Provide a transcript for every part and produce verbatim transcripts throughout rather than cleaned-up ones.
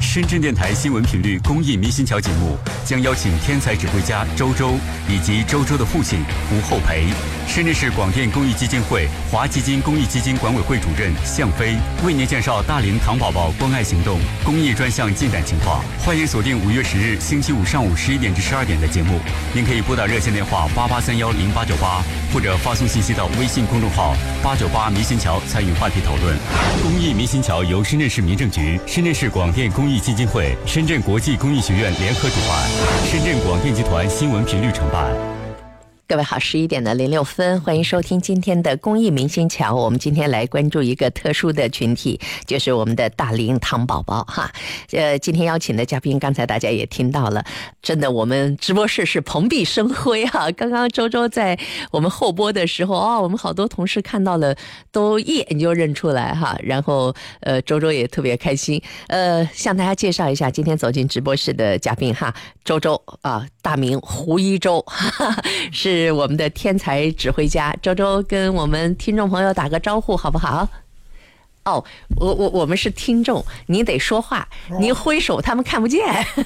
深圳电台新闻频率公益明星桥节目将邀请天才指挥家周周以及周周的父亲胡厚培，深圳市广电公益基金会华基金公益基金管委会主任向飞为您介绍大龄糖宝宝关爱行动公益专项进展情况。欢迎锁定五月十日星期五上午十一点至十二点的节目。您可以拨打热线电话八八三幺零八九八，或者发送信息到微信公众号八九八明星桥参与话题讨论。公益明星桥由深圳市民政局、深圳市广电公益基金会、深圳国际公益学院联合主办，深圳广电集团新闻频率承办。 各位好，十一点的零六分，欢迎收听今天的公益明星桥。我们今天来关注一个特殊的群体，就是我们的大龄糖宝宝哈。呃，今天邀请的嘉宾，刚才大家也听到了，真的我们直播室是蓬荜生辉哈。刚刚周周在我们后播的时候，哦，我们好多同事看到了，都一眼就认出来哈。然后呃，周周也特别开心。呃，向大家介绍一下今天走进直播室的嘉宾哈，周周啊，大名胡一周，哈哈，是。是我们的天才指挥家周周，跟我们听众朋友打个招呼好不好？哦，我我我们是听众，您得说话，您挥手他们看不见。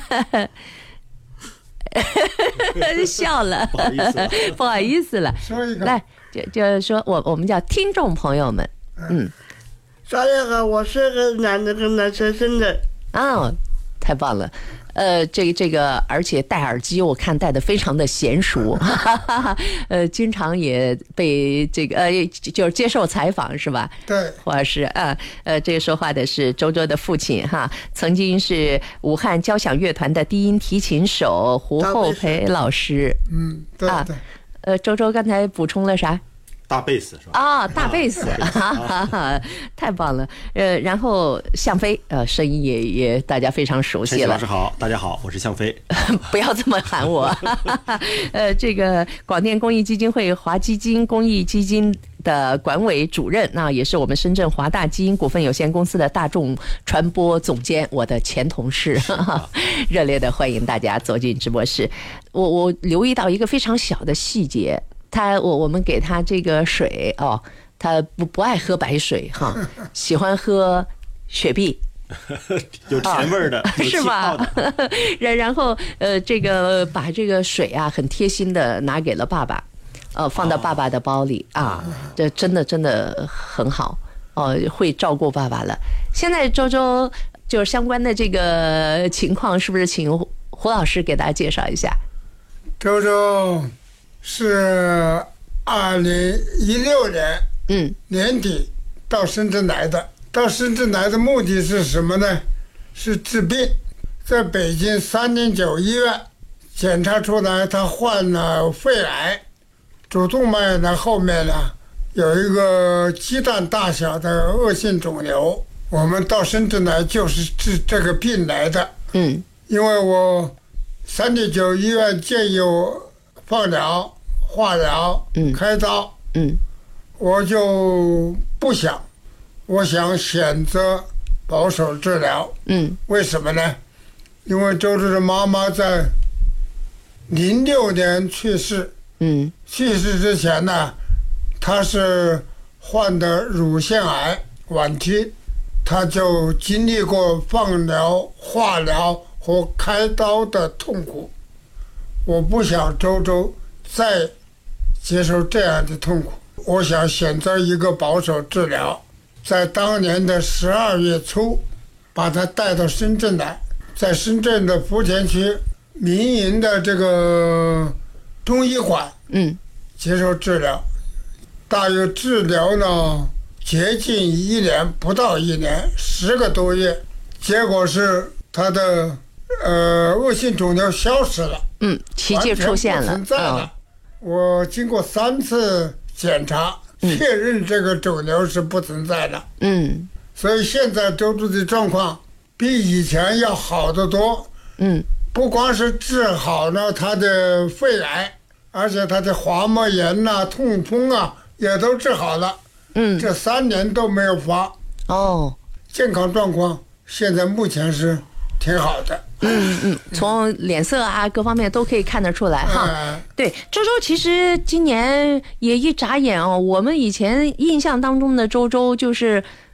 笑了，不好意思了，不好意思了。 说一个， 来，就就是说我我们叫听众朋友们，嗯， 大家好，我是个男的，跟男生生的。 哦，太棒了。呃，这这个，而且戴耳机，我看戴的非常的娴熟，哈哈哈。呃，经常也被这个呃，就是接受采访是吧？ 对， 胡老师啊，呃，这个说话的是周周的父亲哈，曾经是武汉交响乐团的低音提琴手胡厚培老师。 嗯，对对。啊、 呃，周周刚才补充了啥？ 大贝斯是吧？ 啊、哦，大贝斯，啊、太棒了。呃，然后向飞，呃，声音也也大家非常熟悉了。 陈老师好，大家好，我是向飞。 不要这么喊我。呃，这个广电公益基金会华基金公益基金的管委主任，那也是我们深圳华大基因股份有限公司的大众传播总监，我的前同事。热烈的欢迎大家走进直播室。我我留意到一个非常小的细节。他我我们给他这个水哦，他不不爱喝白水哈，喜欢喝雪碧， 有甜味的， 哦、是吧？然然后呃，这个把这个水啊，很贴心的拿给了爸爸，呃，放到爸爸的包里、哦、啊，这真的真的很好哦、呃，会照顾爸爸了。现在周周就是相关的这个情况，是不是请胡老师给大家介绍一下？ 周周。是二零一六年嗯年底到深圳来的。到深圳来的目的是什么呢？是治病。在北京三零九医院检查出来，他患了肺癌，主动脉呢后面呢有一个鸡蛋大小的恶性肿瘤。我们到深圳来就是治这个病来的。嗯，因为我三零九医院建议我放疗。化疗，嗯，开刀，嗯，我就不想，我想选择保守治疗，嗯，为什么呢？因为周周的妈妈在零六年去世，嗯，去世之前呢，她是患的乳腺癌晚期，她就经历过放疗、化疗和开刀的痛苦，我不想周周再接受这样的痛苦，我想选择一个保守治疗，在当年的十二月初，把他带到深圳来，在深圳的福田区民营的这个中医馆，嗯，接受治疗，大约治疗呢接近一年，不到一年，十个多月，结果是他的呃恶性肿瘤消失了，嗯， 奇迹出现了， 完全不存在了。我经过三次检查，确认这个肿瘤是不存在的。嗯，所以现在周周的状况比以前要好得多。嗯，不光是治好了他的肺癌，而且他的滑膜炎呐、啊、痛风啊也都治好了。嗯，这三年都没有发。哦，健康状况现在目前是挺好的。 嗯嗯，从脸色啊各方面都可以看得出来哈。嗯、对，周周其实今年也一眨眼哦，我们以前印象当中的周周就是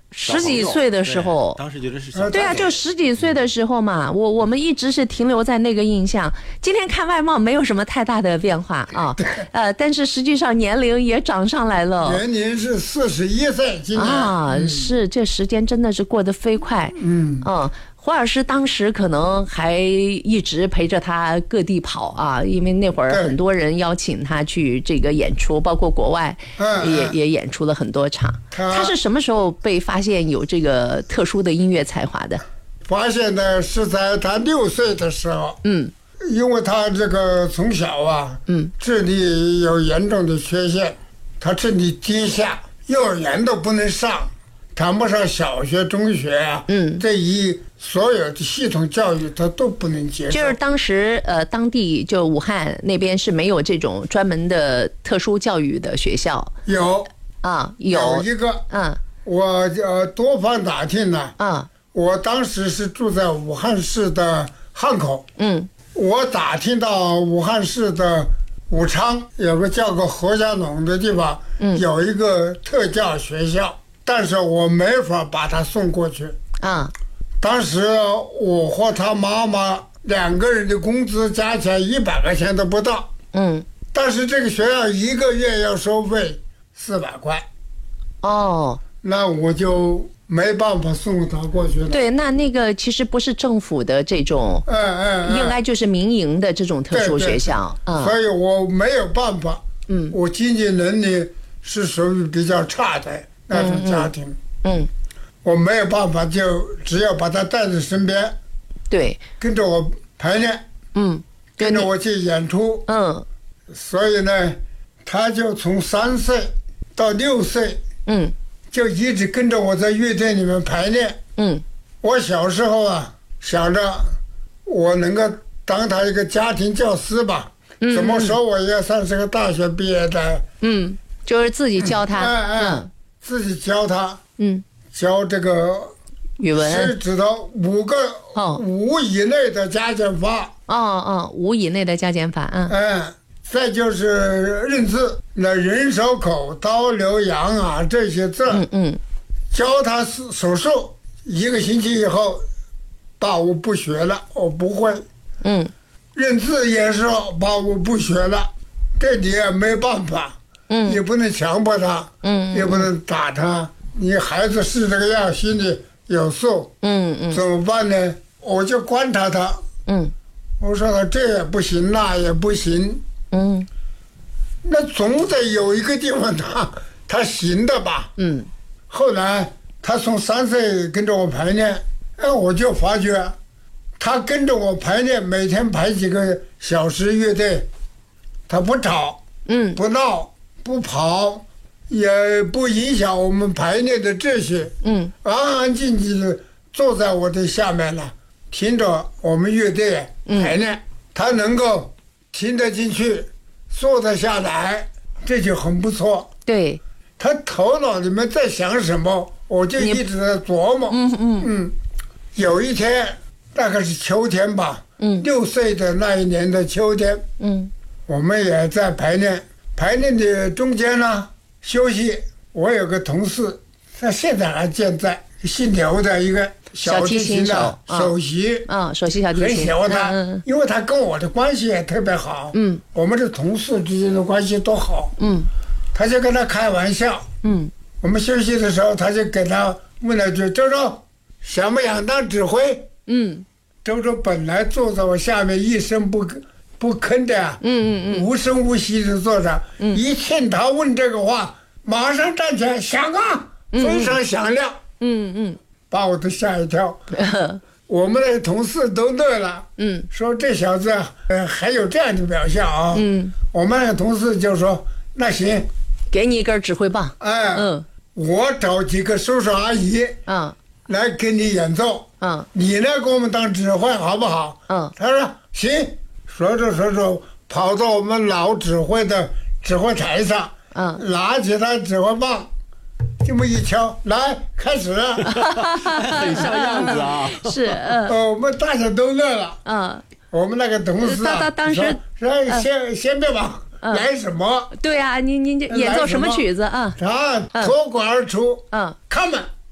十几岁的时候， 当时觉得是小对啊，就十几岁的时候嘛，我我们一直是停留在那个印象。今天看外貌没有什么太大的变化啊，呃，但是实际上年龄也涨上来了。 年龄是四十一岁，今年啊，嗯、是这时间真的是过得飞快。嗯嗯。胡老师当时可能还一直陪着他各地跑啊，因为那会儿很多人邀请他去这个演出，包括国外也也演出了很多场。他是什么时候被发现有这个特殊的音乐才华的？ 发现的是在他六岁的时候。嗯，因为他这个从小啊，嗯，智力有严重的缺陷，他智力低下，幼儿园都不能上。谈不上小学、中学啊，嗯，这一所有的系统教育他都不能接受。 就是当时呃，当地就武汉那边是没有这种专门的特殊教育的学校。 有啊，有有一个，嗯，我呃多方打听了，嗯，我当时是住在武汉市的汉口，嗯，我打听到武汉市的武昌有个叫个何家垄的地方，嗯，有一个特教学校。但是我没法把他送过去啊！当时我和他妈妈两个人的工资加起来一百块钱都不到，嗯，但是这个学校一个月要收费四百块，哦，那我就没办法送他过去了。 对，那那个其实不是政府的这种，嗯嗯，应该就是民营的这种特殊学校， 嗯，所以我没有办法，嗯，我经济能力是属于比较差的。那种家庭，嗯，嗯我没有办法，就只有把他带在身边， 对， 跟着我排练，嗯，跟着我去演出，嗯，所以呢，他就从三岁到六岁，嗯，就一直跟着我在乐队里面排练，嗯，我小时候啊，想着我能够当他一个家庭教师吧，嗯，怎么说我也算是个大学毕业的， 嗯，就是自己教他， 嗯嗯。嗯自己教他，嗯，教这个语文， 是指头五个哦五以内的加减法， 哦哦，五以内的加减法，嗯嗯，再就是认字，那人手口刀留洋啊这些字，嗯嗯，教他手术，一个星期以后，把我不学了，我不会，嗯，认字也是把我不学了，这你也没办法。嗯，也不能强迫他，嗯，也不能打他。你孩子是这个样，心里有数，嗯嗯，怎么办呢？我就观察他，嗯，我说他这也不行，那也不行，嗯，那总得有一个地方他他行的吧，嗯。后来他从三岁跟着我排练，哎，我就发觉，他跟着我排练，每天排几个小时乐队，他不吵，嗯，不闹。不跑，也不影响我们排练的秩序。嗯，安安静静的坐在我的下面了，听着我们乐队排练，嗯、他能够听得进去，坐得下来，这就很不错。 对， 他头脑里面在想什么，我就一直在琢磨。嗯嗯嗯。有一天，大概是秋天吧，嗯，六岁的那一年的秋天，嗯，我们也在排练。排练的中间呢，休息。我有个同事，他现在还健在，姓刘的一个小提琴的首席， 嗯，首席小提琴， 很喜欢他，嗯、因为他跟我的关系也特别好，嗯，我们的同事之间的关系多好，嗯，他就跟他开玩笑，嗯，我们休息的时候，他就给他问了句：“周周，想不想当指挥？”嗯，周周本来坐在我下面一声不吭。不吭的呀，嗯嗯嗯，无声无息的坐着，嗯，一听他问这个话，马上站起来，想啊，非常响亮，嗯嗯，把我都吓一跳。我们的同事都乐了，嗯，说这小子呃还有这样的表现啊，嗯，我们的同事就说那行， 给你一根指挥棒， 哎，嗯，我找几个叔叔阿姨，嗯，来给你演奏，嗯，你来给我们当指挥好不好？嗯，他说行。说着说着，跑到我们老指挥的指挥台上，嗯，拿起他指挥棒，这么一敲，来开始， 很像样子啊。 是，嗯， 呃，我们大家都乐了，嗯，我们那个同事啊， 他当时说先先别忙，来什么？ 对啊，你你演奏什么曲子啊？ 啊，脱口而出，嗯，Come on，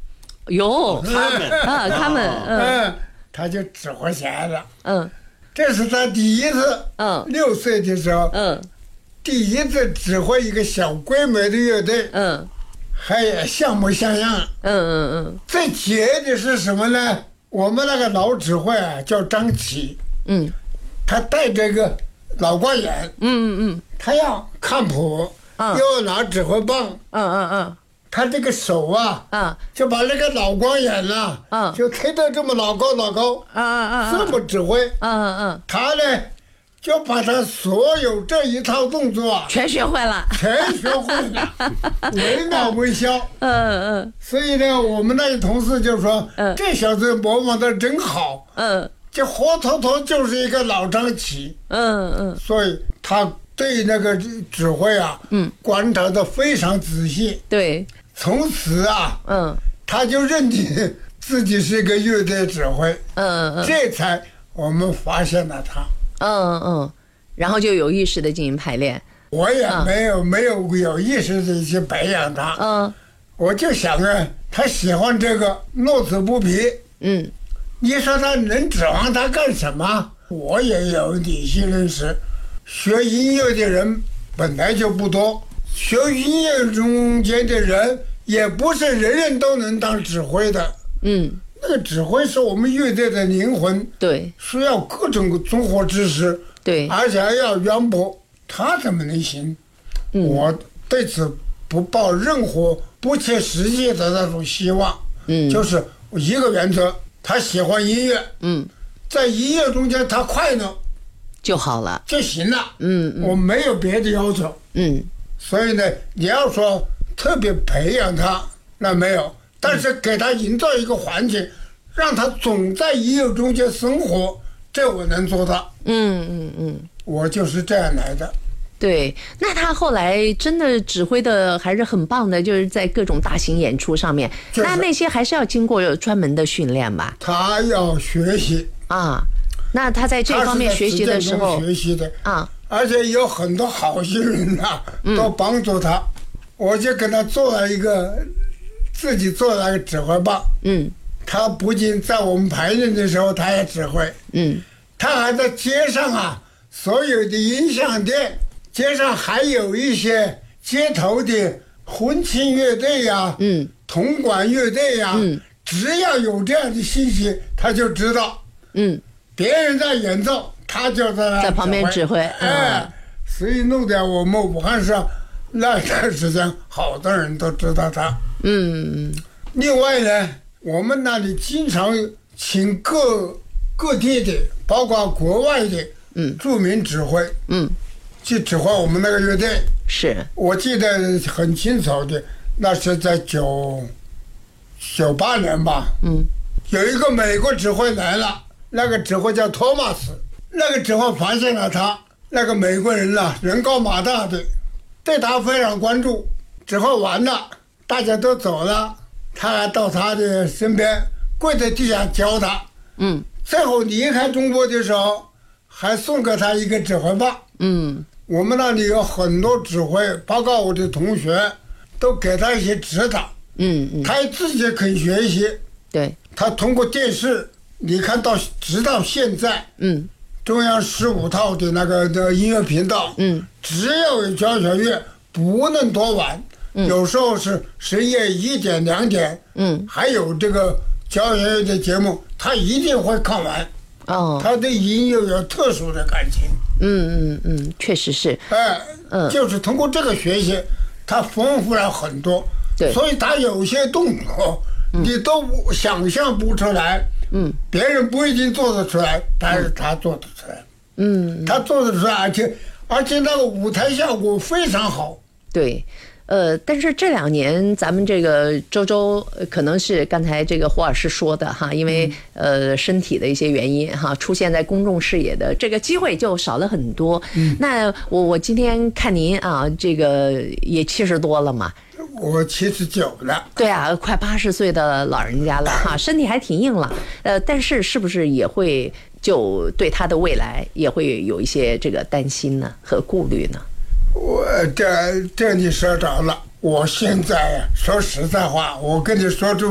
有他们啊，他们嗯嗯，他就指挥起来了。 嗯这是他第一次， 嗯六岁的时候， 嗯第一次指挥一个小规模的乐队， 嗯还像模像样。 嗯嗯嗯最绝的是什么呢？我们那个老指挥啊，叫张启， 嗯他戴着个老光眼， 嗯嗯他要看谱， 嗯又要拿指挥棒， 嗯嗯嗯他这个手啊， 嗯就把那个老光眼呐、 嗯就推得这么老高老高， 嗯嗯这么指挥。 嗯嗯， 他呢，就把他所有这一套动作啊， 全学会了。 全学会了，惟妙惟肖。 嗯嗯所以呢，我们那些同事就说， 嗯这小子模仿的真好， 嗯这活脱脱就是一个老张启。 嗯嗯所以他对那个指挥啊， 嗯， 观察的非常仔细。 对， 从此啊， 嗯他就认定自己是个乐队指挥， 嗯嗯这才我们发现了他。 嗯嗯，然后就有意识的进行排练。 我也没有、没有有意识的去培养他， 嗯我就想啊，他喜欢这个乐此不疲。 嗯你说他能指望他干什么？我也有理性认识，学音乐的人本来就不多，学音乐中间的人也不是人人都能当指挥的。 嗯， 那个指挥是我们乐队的灵魂， 对需要各种综合知识， 对， 而且还要渊博，他怎么能行？ 嗯我对此不抱任何不切实际的那种希望。 嗯就是一个原则，他喜欢音乐， 嗯在音乐中间他快乐就好了。 就行了。 嗯嗯我没有别的要求。 嗯所以呢，你要说特别培养他，那没有，但是给他营造一个环境，让他总在音乐中间生活，这我能做到。 嗯嗯嗯， 我就是这样来的。 对。那他后来真的指挥的还是很棒的，就是在各种大型演出上面。 就是那那些还是要经过专门的训练吧？ 他要学习， 啊，那他在这方面学习的时候他是在实践中学习的， 啊， 而且有很多好心人呐、都帮助他。我就给他做了一个，自己做了一个指挥棒。 嗯他不仅在我们排练的时候，他也指挥， 嗯他还在街上啊，所有的音像店，街上还有一些街头的婚庆乐队呀、 嗯铜管乐队呀、 嗯只要有这样的信息，他就知道。 嗯别人在演奏，他就在那在旁边指挥嗯哎，所以弄得我们武汉市那段时间，好多人都知道他。 嗯另外呢，我们那里经常请各各地的，包括国外的， 嗯著名指挥嗯， 去指挥我们那个乐队。 是我记得很清楚的，那是在九九八年吧。 嗯有一个美国指挥来了，那个指挥叫托马斯，那个指挥发现了他，那个美国人呐、人高马大的，对他非常关注。指挥完了，大家都走了，他还到他的身边跪在地下教他。 嗯最后离开中国的时候，还送给他一个指挥棒。 嗯我们那里有很多指挥，包括我的同学，都给他一些指导， 嗯嗯， 他自己肯学习。 对， 他通过电视，你看到直到现在， 嗯中央十五套的那个的音乐频道， 嗯只要有交响乐，不论多晚，有时候是深夜一点两点， 嗯还有这个交响乐的节目，他一定会看完。 哦， 他对音乐有特殊的感情， 嗯嗯嗯，确实是。 哎， 嗯就是通过这个学习，他丰富了很多。 对所以他有些动作，你都想象不出来。 嗯， 别人不一定做得出来，但是他做得出来。 嗯， 他做得出来，而且而且那个舞台效果非常好。 对。呃，但是这两年咱们这个周周呃可能是刚才这个胡老师说的哈，因为呃身体的一些原因哈，出现在公众视野的这个机会就少了很多。嗯，那我我今天看您啊，这个也七十多了嘛。 我七十九了。 对啊，快八十岁的老人家了哈，身体还挺硬朗。呃，但是是不是也会就对他的未来也会有一些这个担心呢和顾虑呢？ 我这这你说着了。我现在呀，说实在话，我跟你说出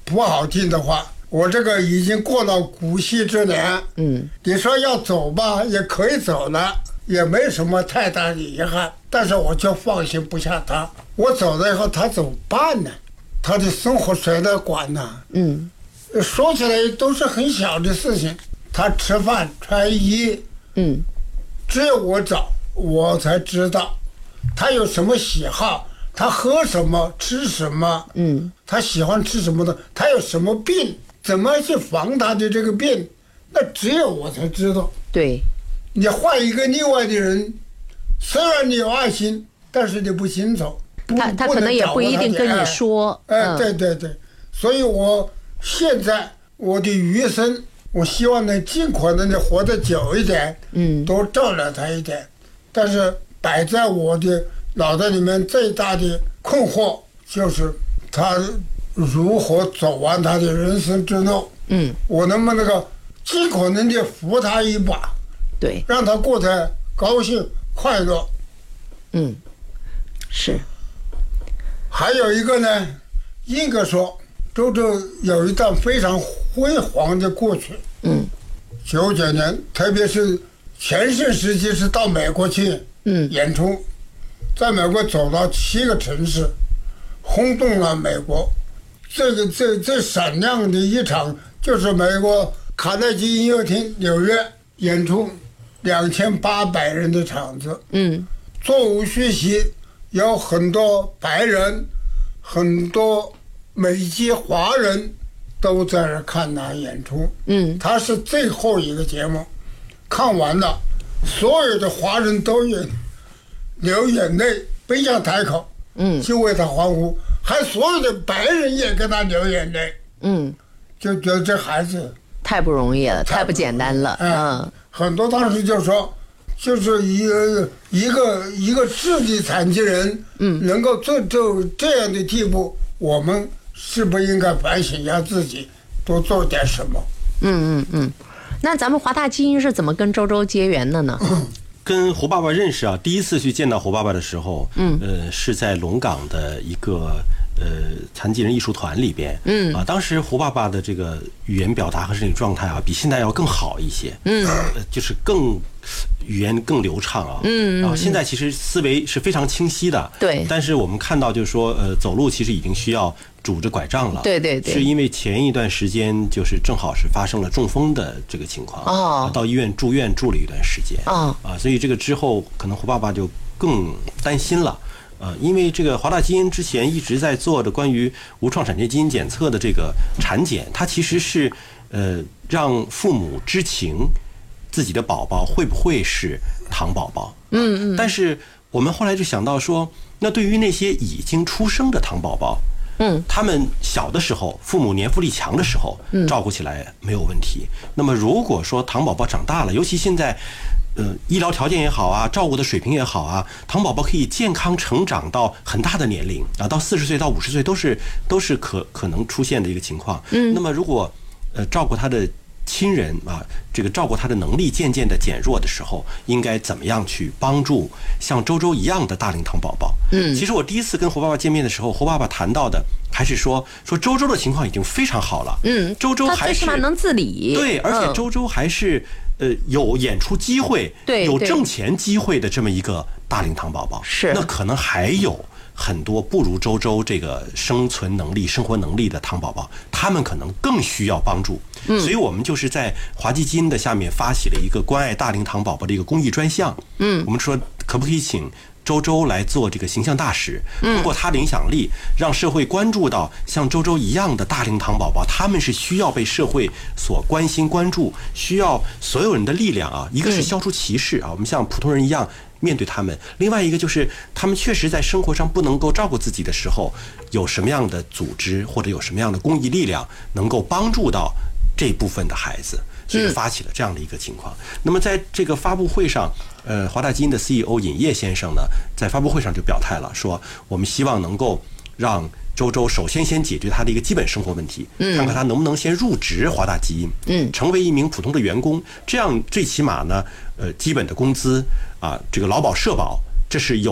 不好听的话，我这个已经过了古稀之年，嗯，你说要走吧，也可以走了，也没什么太大的遗憾，但是我就放心不下他。我走了以后，他怎么办呢？他的生活谁来管呢？嗯，说起来都是很小的事情，他吃饭穿衣，嗯，只有我找，我才知道他有什么喜好，他喝什么吃什么，嗯，他喜欢吃什么的，他有什么病，怎么去防他的这个病，那只有我才知道。 对， 你换一个另外的人，虽然你有爱心，但是你不清楚， 他他可能也不一定跟你说。 哎，哎对对对，所以我现在我的余生，我希望能尽可能的活得久一点，嗯，多照料他一点。但是摆在我的脑袋里面最大的困惑就是他如何走完他的人生之路。嗯，我能不能够尽可能的扶他一把， 对， 让他过得高兴快乐。 嗯，是。 还有一个呢，应该说周周有一段非常辉煌的过去。嗯，九九年，特别是全盛时期是到美国去嗯演出，在美国走到七个城市，轰动了美国。这个最最闪亮的一场就是美国卡耐基音乐厅纽约演出，两千八百人的场子。嗯，座无虚席，有很多白人，很多美籍华人都在这看他演出。嗯，他是最后一个节目，看完了，所有的华人都有流眼泪，奔向台口，嗯，就为他欢呼，还所有的白人也跟他流眼泪。嗯，就觉得这孩子太不容易了，太不简单了。嗯， 很多当时就说，就是一个一个一个智力残疾人，嗯，能够做到这样的地步，我们是不是应该反省一下自己，多做点什么？ 嗯嗯嗯。那咱们华大基因是怎么跟周周结缘的呢？ 跟胡爸爸认识啊，第一次去见到胡爸爸的时候，嗯，呃，是在龙岗的一个呃残疾人艺术团里边，嗯啊，当时胡爸爸的这个语言表达和身体状态啊，比现在要更好一些，嗯，呃、就是更语言更流畅啊，嗯，然后现在其实思维是非常清晰的， 对， 但是我们看到就是说，呃，走路其实已经需要拄着拐杖了， 对对对， 是因为前一段时间就是正好是发生了中风的这个情况，哦，到医院住院住了一段时间，哦，啊，所以这个之后可能胡爸爸就更担心了。呃，因为这个华大基因之前一直在做的关于无创产前基因检测的这个产检，它其实是呃让父母知情自己的宝宝会不会是糖宝宝。嗯嗯。但是我们后来就想到说，那对于那些已经出生的糖宝宝，嗯，他们小的时候父母年富力强的时候，照顾起来没有问题。那么如果说糖宝宝长大了，尤其现在。呃，医疗条件也好啊，照顾的水平也好啊，糖宝宝可以健康成长到很大的年龄啊，到四十岁到五十岁都是都是可可能出现的一个情况。嗯，那么如果呃照顾他的亲人啊，这个照顾他的能力渐渐的减弱的时候，应该怎么样去帮助像周周一样的大龄糖宝宝？嗯，其实我第一次跟胡爸爸见面的时候，胡爸爸谈到的还是说说周周的情况已经非常好了。嗯，周周还是他最起码能自理。 对，而且周周还是。呃，有演出机会， 对， 有挣钱机会的这么一个大龄糖宝宝， 是那可能还有很多不如周周这个生存能力、生活能力的糖宝宝，他们可能更需要帮助。嗯，所以我们就是在华基金的下面发起了一个关爱大龄糖宝宝的一个公益专项。嗯，我们说可不可以请周周来做这个形象大使，通过他的影响力，让社会关注到像周周一样的大龄糖宝宝，他们是需要被社会所关心关注，需要所有人的力量啊。一个是消除歧视啊，我们像普通人一样面对他们；另外一个就是他们确实在生活上不能够照顾自己的时候，有什么样的组织或者有什么样的公益力量能够帮助到这部分的孩子。所以发起了这样的一个情况。那么在这个发布会上，呃，华大基因的 C E O 尹烨先生呢，在发布会上就表态了，说我们希望能够让周周首先先解决他的一个基本生活问题，看看他能不能先入职华大基因，嗯，成为一名普通的员工，这样最起码呢，呃，基本的工资啊，这个劳保社保，这是有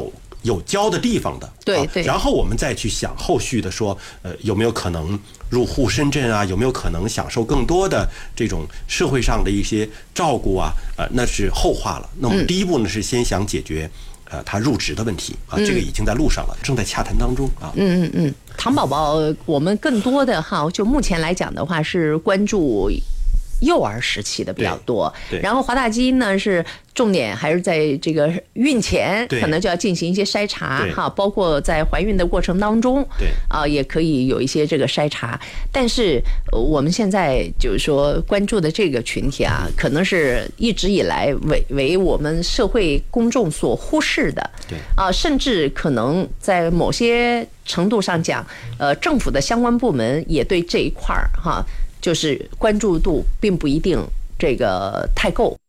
有交的地方的， 对对， 然后我们再去想后续的说，呃，有没有可能入户深圳啊？有没有可能享受更多的这种社会上的一些照顾啊？呃，那是后话了。那我们第一步呢是先想解决呃他入职的问题啊，这个已经在路上了，正在洽谈当中啊。 嗯嗯嗯，唐宝宝，我们更多的哈，就目前来讲的话是关注幼儿时期的比较多，然后华大基因呢是重点还是在这个孕前，可能就要进行一些筛查哈，包括在怀孕的过程当中， 对啊也可以有一些这个筛查。但是我们现在就是说关注的这个群体啊，可能是一直以来为为我们社会公众所忽视的， 对啊，甚至可能在某些程度上讲，呃，政府的相关部门也对这一块儿哈。就是关注度并不一定这个太够。